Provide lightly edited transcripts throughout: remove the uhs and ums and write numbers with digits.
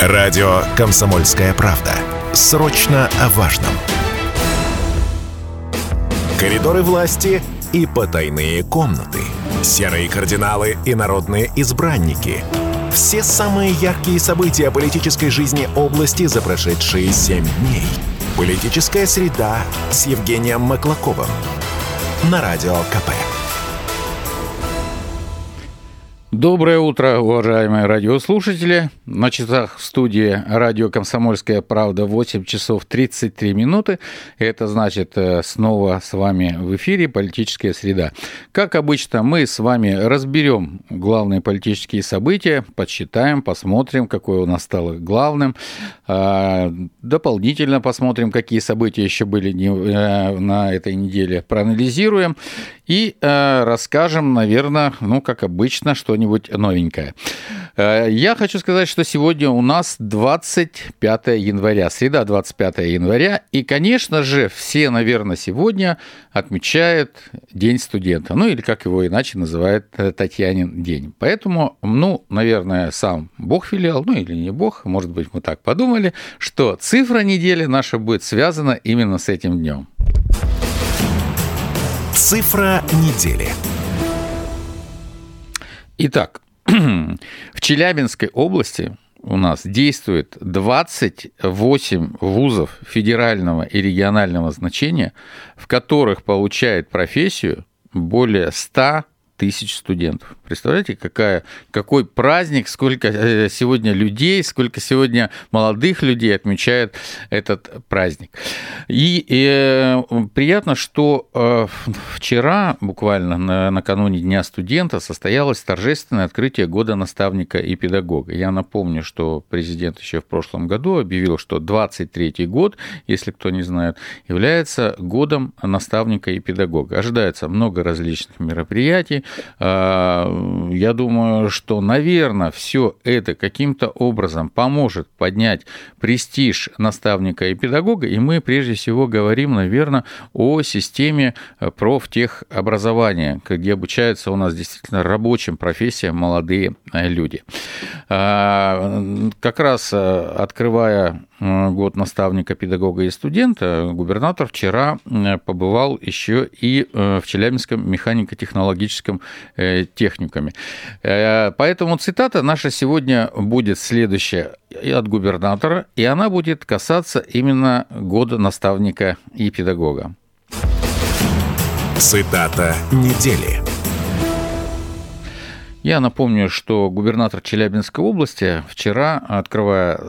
Радио «Комсомольская правда». Срочно о важном. Коридоры власти и потайные комнаты. Серые кардиналы и народные избранники. Все самые яркие события политической жизни области за прошедшие 7 дней. Политическая среда с Евгением Маклаковым. На Радио КП. Доброе утро, уважаемые радиослушатели. На часах в студии радио «Комсомольская правда» 8 часов 33 минуты. Это значит, снова с вами в эфире «Политическая среда». Как обычно, мы с вами разберем главные политические события, подсчитаем, посмотрим, какое у нас стало главным. Дополнительно посмотрим, какие события еще были на этой неделе, проанализируем и расскажем, наверное, как обычно, что-нибудь новенькое. Я хочу сказать, что сегодня у нас 25 января, среда 25 января, и, конечно же, все, наверное, сегодня отмечают День студента, или как его иначе называют, Татьянин день. Поэтому, наверное, сам Бог велел, или не Бог, может быть, мы так подумали, что цифра недели наша будет связана именно с этим днем. Цифра недели. Итак, в Челябинской области у нас действует 28 вузов федерального и регионального значения, в которых получает профессию более 100 тысяч студентов. Представляете, какой праздник, сколько сегодня людей, сколько сегодня молодых людей отмечает этот праздник. И приятно, что вчера, буквально накануне Дня студента, состоялось торжественное открытие года наставника и педагога. Я напомню, что президент еще в прошлом году объявил, что 23-й год, если кто не знает, является годом наставника и педагога. Ожидается много различных мероприятий. Я думаю, что, наверное, все это каким-то образом поможет поднять престиж наставника и педагога, и мы прежде всего говорим, наверное, о системе профтехобразования, где обучаются у нас действительно рабочим профессиям молодые люди. Как раз открывая год наставника, педагога и студента, губернатор вчера побывал еще и в Челябинском механико-технологическом техникуме. Поэтому цитата наша сегодня будет следующая от губернатора, и она будет касаться именно года наставника и педагога. Цитата недели. Я напомню, что губернатор Челябинской области вчера, открывая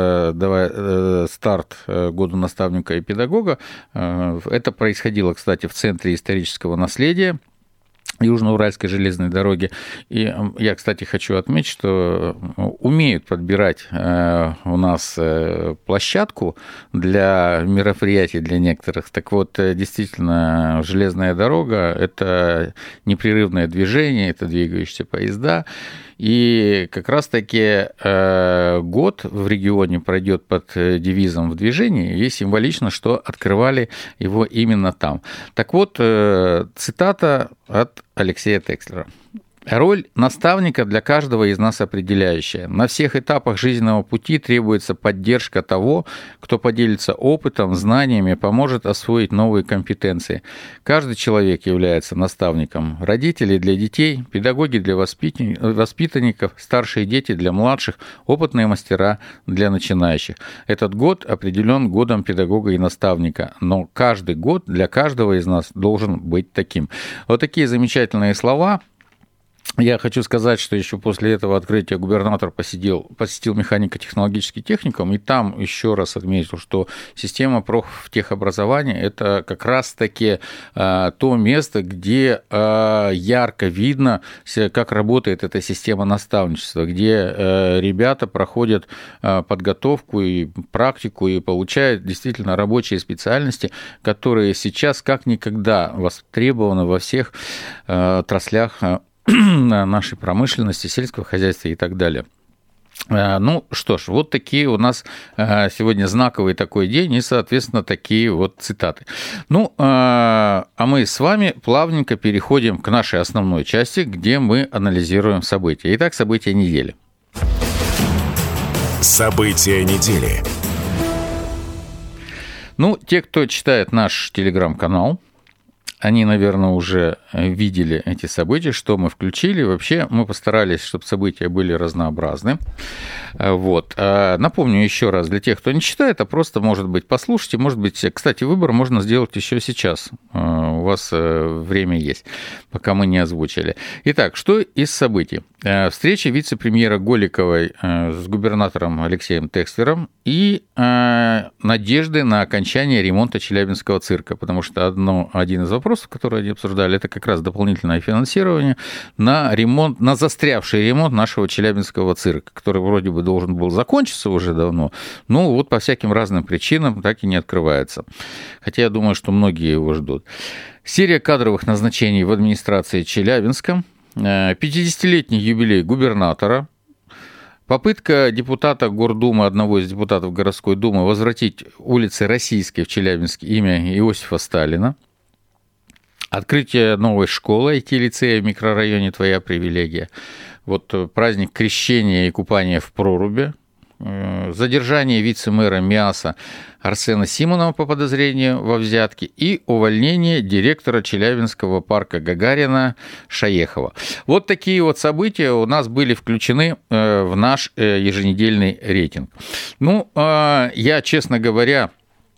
старт года наставника и педагога, это происходило, кстати, в Центре исторического наследия Южноуральской железной дороги. И я, кстати, хочу отметить, что умеют подбирать у нас площадку для мероприятий для некоторых. Так вот, действительно, железная дорога – это непрерывное движение, это двигающиеся поезда. И как раз-таки год в регионе пройдет под девизом «В движении», и символично, что открывали его именно там. Так вот, цитата от Алексея Текслера. «Роль наставника для каждого из нас определяющая. На всех этапах жизненного пути требуется поддержка того, кто поделится опытом, знаниями, поможет освоить новые компетенции. Каждый человек является наставником. Родители для детей, педагоги для воспитанников, старшие дети для младших, опытные мастера для начинающих. Этот год определен годом педагога и наставника, но каждый год для каждого из нас должен быть таким». Вот такие замечательные слова. Я хочу сказать, что еще после этого открытия губернатор посетил механико-технологический техникум, и там еще раз отметил, что система профтехобразования – это как раз-таки то место, где ярко видно, как работает эта система наставничества, где ребята проходят подготовку и практику и получают действительно рабочие специальности, которые сейчас как никогда востребованы во всех отраслях нашей промышленности, сельского хозяйства и так далее. Что ж, вот такие у нас сегодня знаковый такой день и, соответственно, такие вот цитаты. А мы с вами плавненько переходим к нашей основной части, где мы анализируем события. Итак, события недели. События недели. Ну, те, кто читает наш телеграм-канал, они, наверное, уже видели эти события, что мы включили. Вообще мы постарались, чтобы события были разнообразны. Вот. Напомню еще раз для тех, кто не читает, а просто, может быть, послушайте. Может быть, кстати, выбор можно сделать еще сейчас. У вас время есть, пока мы не озвучили. Итак, что из событий? Встреча вице-премьера Голиковой с губернатором Алексеем Текстером и надежды на окончание ремонта Челябинского цирка, потому что один из вопросов, которые они обсуждали, это как раз дополнительное финансирование на ремонт, на застрявший ремонт нашего Челябинского цирка, который вроде бы должен был закончиться уже давно, но вот по всяким разным причинам так и не открывается. Хотя я думаю, что многие его ждут. Серия кадровых назначений в администрации Челябинска, 50-летний юбилей губернатора, попытка депутата Гордумы, одного из депутатов городской думы, возвратить улицы Российской в Челябинске имя Иосифа Сталина, открытие новой школы IT-лицея в микрорайоне «Твоя привилегия», вот праздник крещения и купания в проруби, задержание вице-мэра МИАСа Арсена Симонова по подозрению во взятке и увольнение директора Челябинского парка Гагарина Шаехова. Вот такие вот события у нас были включены в наш еженедельный рейтинг. Ну, я, честно говоря,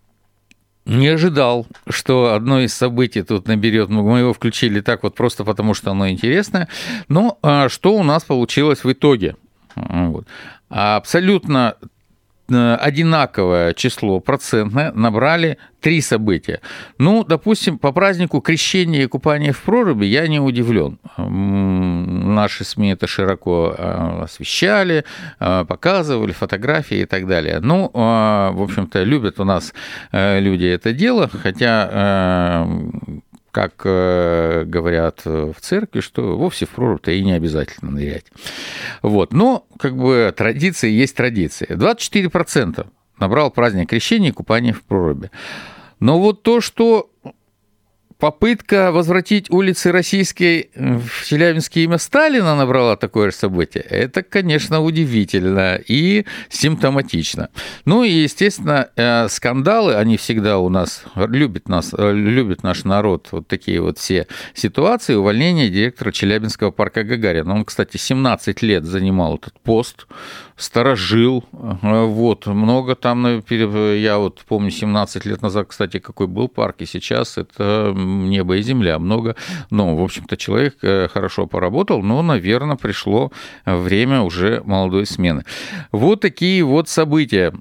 не ожидал, что одно из событий тут наберет. Мы его включили так вот просто потому, что оно интересное. Но что у нас получилось в итоге? Вот. Абсолютно одинаковое число процентное набрали 3 события. Ну, допустим, по празднику крещения и купания в проруби я не удивлен. Наши СМИ это широко освещали, показывали фотографии и так далее. Ну, в общем-то, любят у нас люди это дело, хотя... как говорят в церкви, что вовсе в прорубь-то и не обязательно нырять. Вот. Но, как бы, традиции есть традиции. 24% набрал праздник крещения и купания в проруби. Но вот то, что попытка возвратить улицы Российской в Челябинске имя Сталина набрала такое же событие, это, конечно, удивительно и симптоматично. Ну и, естественно, скандалы, они всегда у нас любит наш народ, вот такие вот все ситуации. Увольнение директора Челябинского парка Гагарина. Он, кстати, 17 лет занимал этот пост, сторожил, вот, много там, я вот помню, 17 лет назад, кстати, какой был парк, и сейчас это небо и земля, много, но, в общем-то, человек хорошо поработал, но, наверное, пришло время уже молодой смены. Вот такие вот события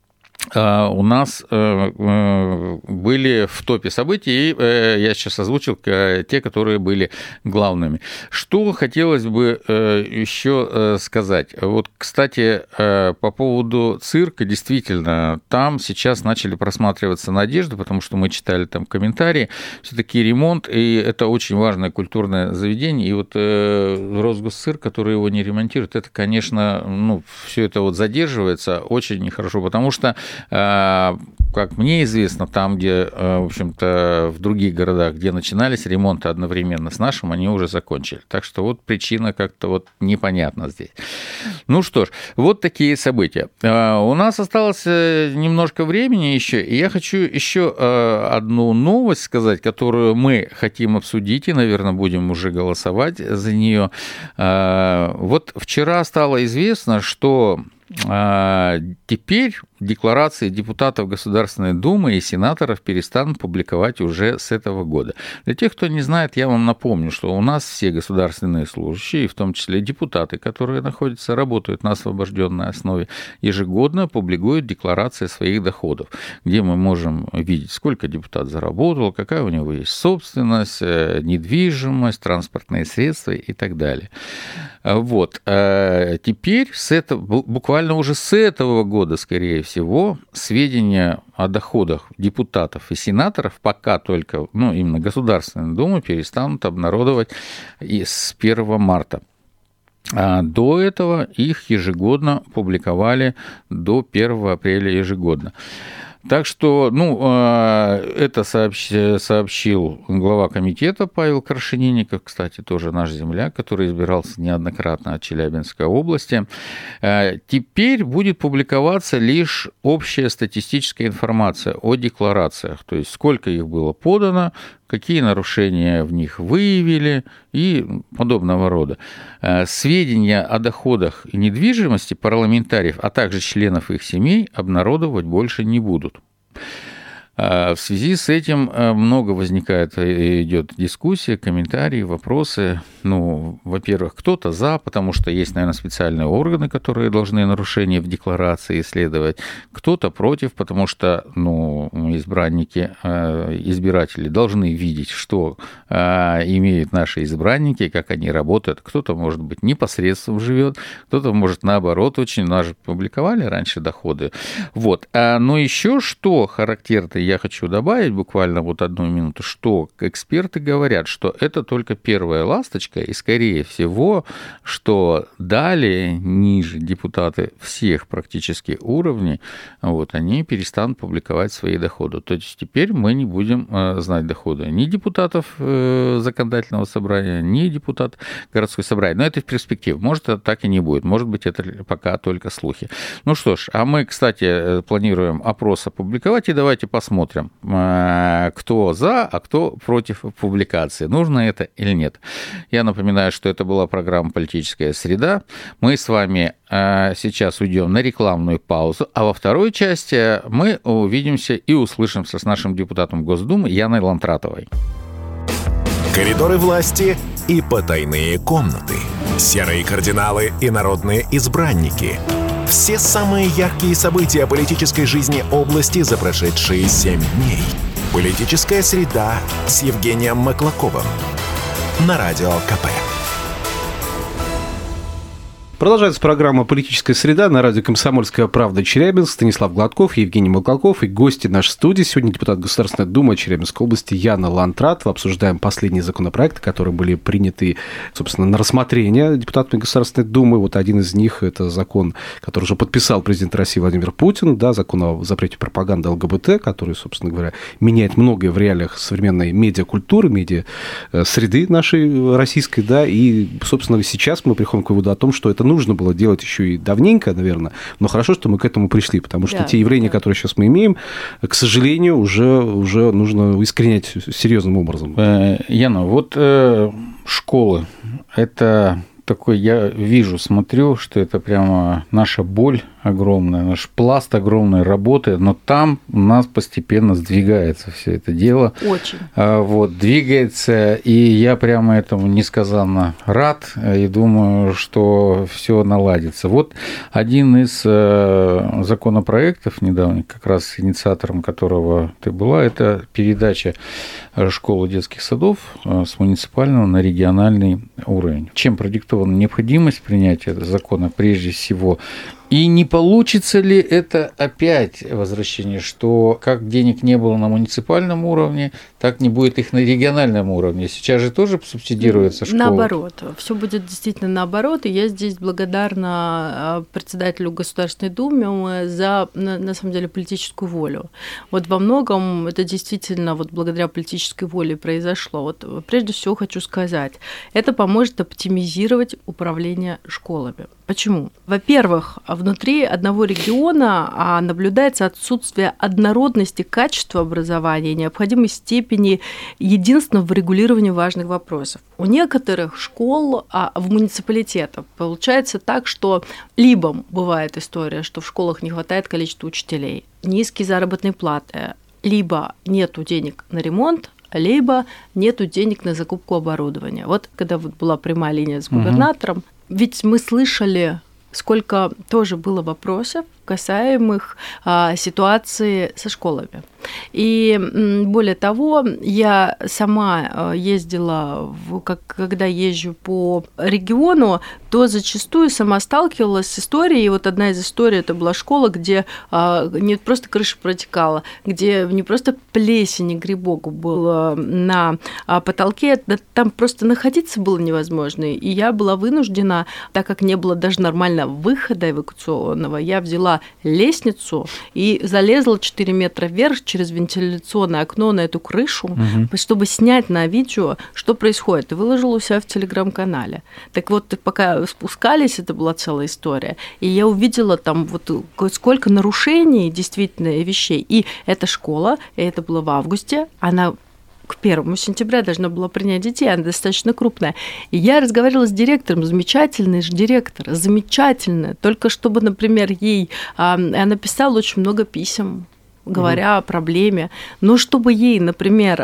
у нас были в топе событий, и я сейчас озвучил те, которые были главными. Что хотелось бы еще сказать? Вот, кстати, по поводу цирка, действительно, там сейчас начали просматриваться надежды, потому что мы читали там комментарии, все-таки ремонт, и это очень важное культурное заведение, и вот Росгосцирк, который его не ремонтирует, это, конечно, ну, все это вот задерживается очень нехорошо, потому что как мне известно, там, где, в общем-то, в других городах, где начинались ремонты одновременно с нашим, они уже закончили. Так что вот причина как-то вот непонятна здесь. Ну что ж, вот такие события. У нас осталось немножко времени еще, и я хочу еще одну новость сказать, которую мы хотим обсудить, и, наверное, будем уже голосовать за нее. Вот вчера стало известно, что теперь декларации депутатов Государственной Думы и сенаторов перестанут публиковать уже с этого года. Для тех, кто не знает, я вам напомню, что у нас все государственные служащие, в том числе депутаты, которые работают на освобожденной основе, ежегодно публикуют декларации своих доходов, где мы можем видеть, сколько депутат заработал, какая у него есть собственность, недвижимость, транспортные средства и так далее. Вот. Теперь буквально уже с этого года, скорее всего, сведения о доходах депутатов и сенаторов пока только, именно Государственной Думы перестанут обнародовать с 1 марта. А до этого их ежегодно публиковали до 1 апреля ежегодно. Так что, это сообщил глава комитета Павел Крашенинников, кстати, тоже наш земляк, который избирался неоднократно от Челябинской области. Теперь будет публиковаться лишь общая статистическая информация о декларациях, то есть сколько их было подано, какие нарушения в них выявили и подобного рода. Сведения о доходах и недвижимости парламентариев, а также членов их семей обнародовать больше не будут. В связи с этим много возникает, идет дискуссия, комментарии, вопросы. Во-первых, кто-то за, потому что есть, наверное, специальные органы, которые должны нарушения в декларации исследовать. Кто-то против, потому что избиратели должны видеть, что имеют наши избранники, как они работают. Кто-то, может быть, непосредственно живет, кто-то, может, наоборот, очень. Нас же публиковали раньше доходы. Но еще что характерно, я хочу добавить буквально одну минуту, что эксперты говорят, что это только первая ласточка, и, скорее всего, что далее, ниже депутаты всех практически уровней, они перестанут публиковать свои доходы. То есть теперь мы не будем знать доходы ни депутатов законодательного собрания, ни депутатов городской собрания. Но это в перспективе. Может, это так и не будет. Может быть, это пока только слухи. Что ж, а мы, кстати, планируем опрос опубликовать, и давайте посмотрим, кто за, а кто против публикации. Нужно это или нет. Я напоминаю, что это была программа «Политическая среда». Мы с вами сейчас уйдем на рекламную паузу, а во второй части мы увидимся и услышимся с нашим депутатом Госдумы Яной Лантратовой. Коридоры власти и потайные комнаты. Серые кардиналы и народные избранники. Все самые яркие события политической жизни области за прошедшие 7 дней. Политическая среда с Евгением Маклаковым. На Радио КП. Продолжается программа «Политическая среда» на радио «Комсомольская правда» Челябинск. Станислав Гладков, Евгений Маклаков и гости нашей студии. Сегодня депутат Государственной Думы Челябинской области Яна Лантратова. Обсуждаем последние законопроекты, которые были приняты, собственно, на рассмотрение депутатами Государственной Думы. Один из них – это закон, который уже подписал президент России Владимир Путин, закон о запрете пропаганды ЛГБТ, который, собственно говоря, меняет многое в реалиях современной медиакультуры, медиа-среды нашей российской, и, собственно, сейчас мы приходим к выводу о том, что это нужно было делать еще и давненько, наверное, но хорошо, что мы к этому пришли, потому что те явления, которые сейчас мы имеем, к сожалению, уже нужно искоренять серьезным образом. Яна, школы – это такой, я вижу, смотрю, что это прямо наша боль огромная, наш пласт огромной работы, но там у нас постепенно сдвигается все это дело. Очень. Двигается, и я прямо этому несказанно рад, и думаю, что все наладится. Один из законопроектов недавних, как раз инициатором которого ты была, это передача школ и детских садов с муниципального на региональный уровень. Чем продиктована необходимость принятия этого закона прежде всего? И не получится ли это опять возвращение, что как денег не было на муниципальном уровне, так не будет их на региональном уровне? Сейчас же тоже субсидируется школа. Наоборот, все будет действительно наоборот, и я здесь благодарна председателю Государственной Думы за, на самом деле, политическую волю. Во многом это действительно благодаря политической воле произошло. Прежде всего хочу сказать, это поможет оптимизировать управление школами. Почему? Во-первых, внутри одного региона наблюдается отсутствие однородности качества образования и необходимой степени единства в регулировании важных вопросов. У некоторых школ в муниципалитетах получается так, что либо бывает история, что в школах не хватает количества учителей, низкие заработные платы, либо нету денег на ремонт, либо нету денег на закупку оборудования. Когда была прямая линия с губернатором, ведь мы слышали, сколько тоже было вопросов, касаемых ситуации со школами. И более того, я сама ездила, когда езжу по региону, то зачастую сама сталкивалась с историей. И одна из историй – это была школа, где не просто крыша протекала, где не просто плесень и грибок был на потолке, там просто находиться было невозможно. И я была вынуждена, так как не было даже нормального выхода эвакуационного, я взяла взяла лестницу и залезла 4 метра вверх через вентиляционное окно на эту крышу, чтобы снять на видео, что происходит, и выложила у себя в телеграм-канале. Так вот, пока спускались, это была целая история, и я увидела там вот сколько нарушений действительно вещей. И эта школа, и это было в августе, она к 1 сентября должна была принять детей, она достаточно крупная. И я разговаривала с директором, замечательный же директор, замечательная, только чтобы, например, ей... Она писала очень много писем, говоря о проблеме. Но чтобы ей, например,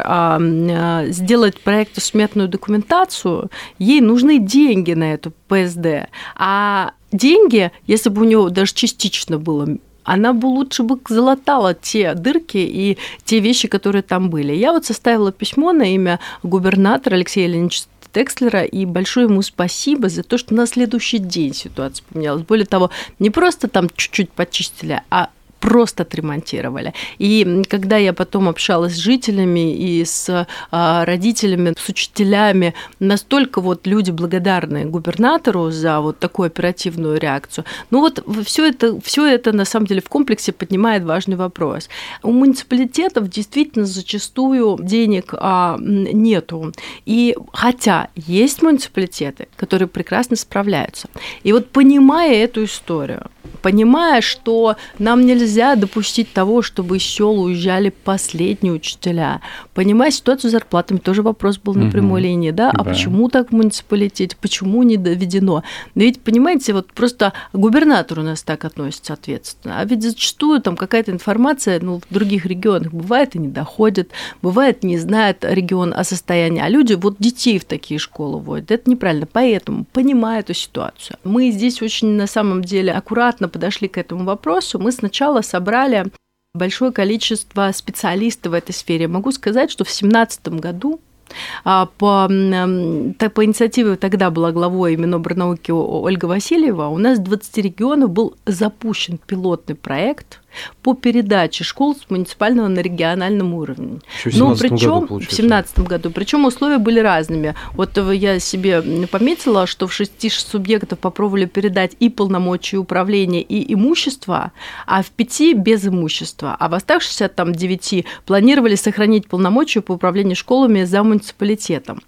сделать проектно-сметную документацию, ей нужны деньги на эту ПСД. А деньги, если бы у нее даже частично было, она бы лучше бы залатала те дырки и те вещи, которые там были. Я вот составила письмо на имя губернатора Алексея Леонидовича Текслера, и большое ему спасибо за то, что на следующий день ситуация поменялась. Более того, не просто там чуть-чуть почистили, а просто отремонтировали. И когда я потом общалась с жителями и с родителями, с учителями, настолько вот люди благодарны губернатору за вот такую оперативную реакцию. Ну вот все это на самом деле в комплексе поднимает важный вопрос. У муниципалитетов действительно зачастую денег нету. И хотя есть муниципалитеты, которые прекрасно справляются. И вот понимая эту историю, понимая, что нам нельзя допустить того, чтобы из сел уезжали последние учителя, понимая ситуацию с зарплатами, тоже вопрос был на прямой линии, да, а почему так в муниципалитете, почему не доведено? Но ведь, понимаете, вот просто губернатор у нас так относится ответственно, а ведь зачастую там какая-то информация, в других регионах бывает и не доходит, бывает не знает регион о состоянии, а люди вот детей в такие школы вводят, это неправильно, поэтому, понимая эту ситуацию, мы здесь очень на самом деле аккуратно подошли к этому вопросу. Мы сначала собрали большое количество специалистов в этой сфере. Могу сказать, что в 2017 году по инициативе тогда была главой Минобрнауки Ольга Васильева, у нас в 20 регионов был запущен пилотный проект по передаче школ с муниципального на региональном уровне. Но причем в 2017 году. Причем условия были разными. Вот я себе пометила, что в 6 субъектов попробовали передать и полномочия управления, и имущество, а в 5 без имущества. А в оставшихся там 9 планировали сохранить полномочия по управлению школами за муниципалитетом.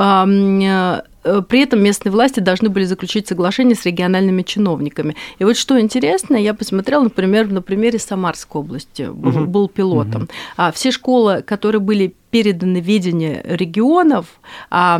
При этом местные власти должны были заключить соглашение с региональными чиновниками. И вот что интересно, я посмотрела, например, на примере Самарской области, был пилотом. Все школы, которые были переданы в ведение регионов, за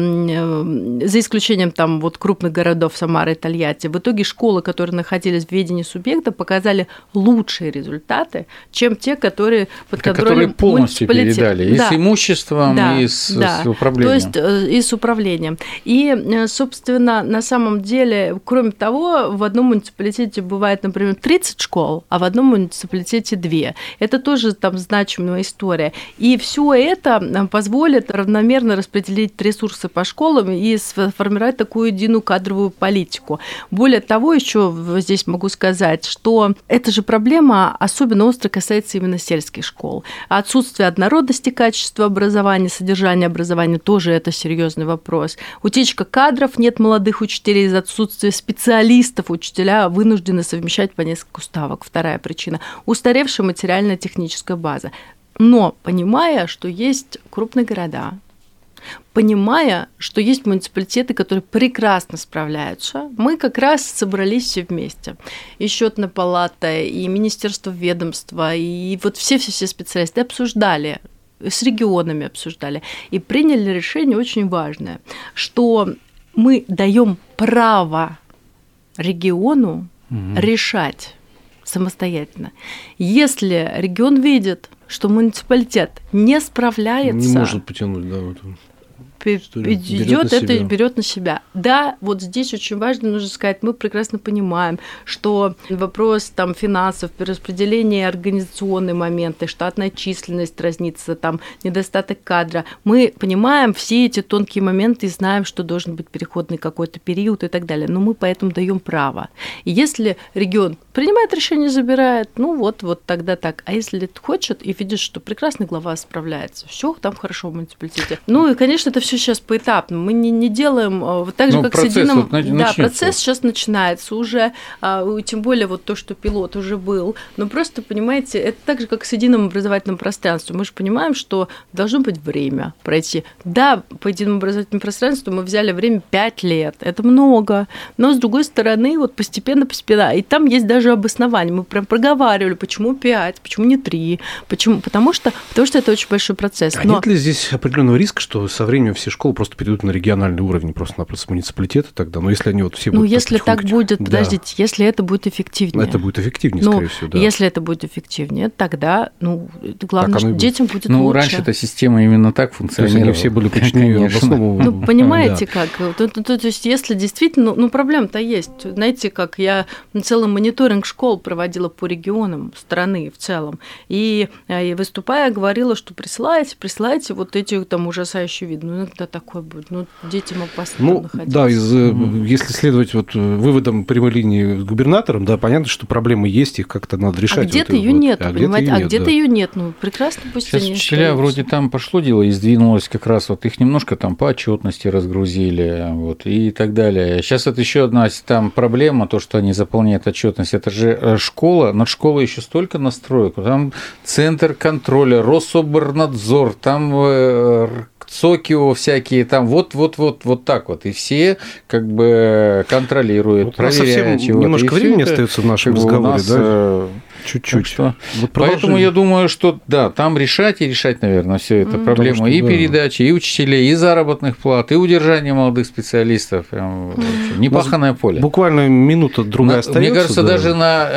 исключением там вот крупных городов Самары и Тольятти, в итоге школы, которые находились в ведении субъекта, показали лучшие результаты, чем те, которые под контролем полностью передали, да. И с имуществом, и с управлением. То есть и с управлением. И, собственно, на самом деле, кроме того, в одном муниципалитете бывает, например, 30 школ, а в одном муниципалитете 2. Это тоже там значимая история. И все это позволит равномерно распределить ресурсы по школам и сформировать такую единую кадровую политику. Более того, еще здесь могу сказать, что эта же проблема особенно остро касается именно сельских школ. Отсутствие однородности качества образования, содержания образования тоже это серьезный вопрос. Утечка кадров, нет молодых учителей из-за отсутствия специалистов, учителя вынуждены совмещать по несколько ставок. Вторая причина – устаревшая материально-техническая база. Но понимая, что есть крупные города, понимая, что есть муниципалитеты, которые прекрасно справляются, мы как раз собрались все вместе. И счетная палата, и министерство, ведомства, и вот все специалисты обсуждали, с регионами обсуждали, и приняли решение очень важное, что мы даем право региону решать самостоятельно. Если регион видит, что муниципалитет не справляется, не может потянуть, да, вот. берет на себя. Да, вот здесь очень важно, нужно сказать, мы прекрасно понимаем, что вопрос там финансов, перераспределения, организационные моменты, штатная численность разнится, там недостаток кадра. Мы понимаем все эти тонкие моменты и знаем, что должен быть переходный какой-то период и так далее. Но мы поэтому даем право. И если регион принимает решение, забирает, вот тогда так. А если хочет и видит, что прекрасный глава справляется, все там хорошо в муниципалитете. И, конечно, это все все сейчас поэтапно. Мы не делаем вот так же, как с единым... Да, процесс сейчас начинается уже, тем более вот то, что пилот уже был. Но просто, понимаете, это так же, как с единым образовательным пространством. Мы же понимаем, что должно быть время пройти. Да, по единому образовательному пространству мы взяли время 5 лет. Это много. Но, с другой стороны, вот постепенно. И там есть даже обоснование. Мы прям проговаривали, почему 5, почему не 3. Почему? Потому что это очень большой процесс. А нет ли здесь определенного риска, что со временем все школы просто перейдут на региональный уровень, просто-напросто муниципалитеты тогда? Но если они вот все будут... если так будет, подождите, если это будет эффективнее. Это будет эффективнее, скорее всего, да. Если это будет эффективнее, тогда, главное, что детям будет лучше. Раньше эта система именно так функционировала. Они все были подчинены областному... Понимаете, как? То есть, если действительно... проблема-то есть. Знаете, как я целый мониторинг школ проводила по регионам страны в целом. И выступая, говорила, что присылайте вот эти там ужасающие виды. Иногда такое будет. Детям опасно находиться. Да, если следовать вот выводам прямой линии с губернатором, да, понятно, что проблемы есть, их как-то надо решать. А где-то ее нет, понимаете? А где-то ее нет. Прекрасно, пусть сейчас они учителя вроде там пошло дело и сдвинулось как раз, вот их немножко там по отчетности разгрузили, вот, и так далее. Сейчас это еще одна там проблема, то, что они заполняют отчетность. Это же школа, над школой еще столько настроек. Там центр контроля, Рособорнадзор, там ЦОКИО всякие, там вот так вот. И все как бы контролируют, проверяют чего-то. Немножко времени остается в нашем разговоре, да? Чуть-чуть. Поэтому я думаю, что да, там решать, наверное, все это проблема и передачи, и учителей, и заработных плат, и удержания молодых специалистов. Прям непаханное поле. Буквально минута-другая остается. Мне кажется, даже на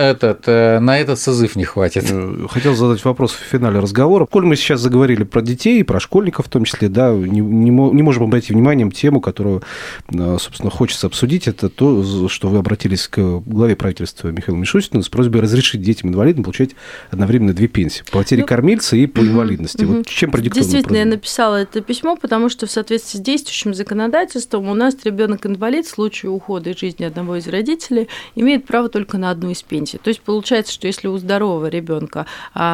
этот созыв не хватит. Хотел задать вопрос в финале разговора. Коль мы сейчас заговорили про детей, про школьников в том числе, да, не можем обойти вниманием тему, которую, собственно, хочется обсудить. Это то, что вы обратились к главе правительства Михаилу Мишустину с просьбой разрешить детям-инвалидам получать одновременно 2 пенсии. По потере кормильца и по инвалидности. Вот чем продиктовано? Действительно, я написала это письмо, потому что в соответствии с действующим законодательством у нас ребенок-инвалид в случае ухода из жизни одного из родителей имеет право только на одну из пенсий. То есть получается, что если у здорового ребенка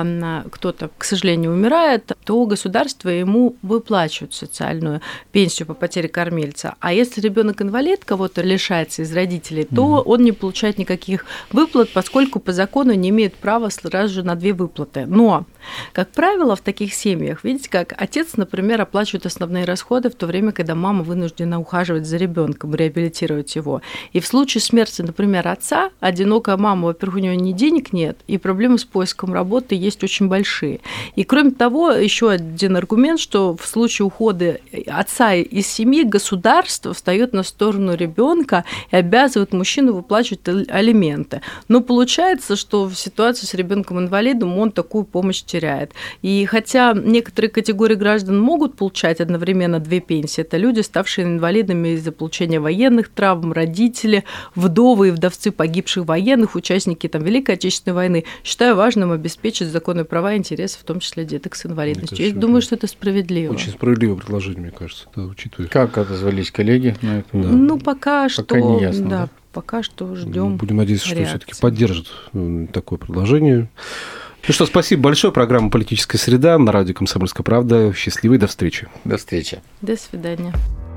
кто-то, к сожалению, умирает, то государство ему выплачивает социальную пенсию по потере кормильца. А если ребенок инвалид кого-то лишается из родителей, то он не получает никаких выплат, поскольку по закону не имеет права сразу же на 2 выплаты. Но, как правило, в таких семьях, видите, как отец, например, оплачивает основные расходы в то время, когда мама вынуждена ухаживать за ребенком, реабилитировать его. И в случае смерти, например, отца, одинокая мама, во-первых, у нее ни денег нет, и проблемы с поиском работы есть очень большие. И кроме того, еще один аргумент, что в случае ухода отца из семьи государство встает на сторону ребенка и обязывает мужчину выплачивать алименты. Но получается, что в ситуации с ребенком-инвалидом он такую помощь теряет. И хотя некоторые категории граждан могут получать одновременно 2 пенсии, это люди, ставшие инвалидами из-за получения военных травм, родители, вдовы и вдовцы погибших военных, участники Великой Отечественной войны, считаю важным обеспечить законные права и интересы, в том числе деток с инвалидностью. Я думаю, что это справедливо. Очень справедливое предложение, мне кажется, да, учитывая. Как отозвались коллеги на это? Да. Пока не ясно. Да. Пока что ждем. Будем надеяться, что все-таки поддержат такое предложение. Ну что, спасибо большое. Программа «Политическая среда» на радио «Комсомольская правда». Счастливой, до встречи. До встречи. До свидания.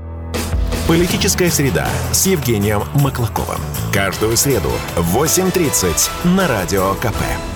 «Политическая среда» с Евгением Маклаковым. Каждую среду в 8:30 на Радио КП.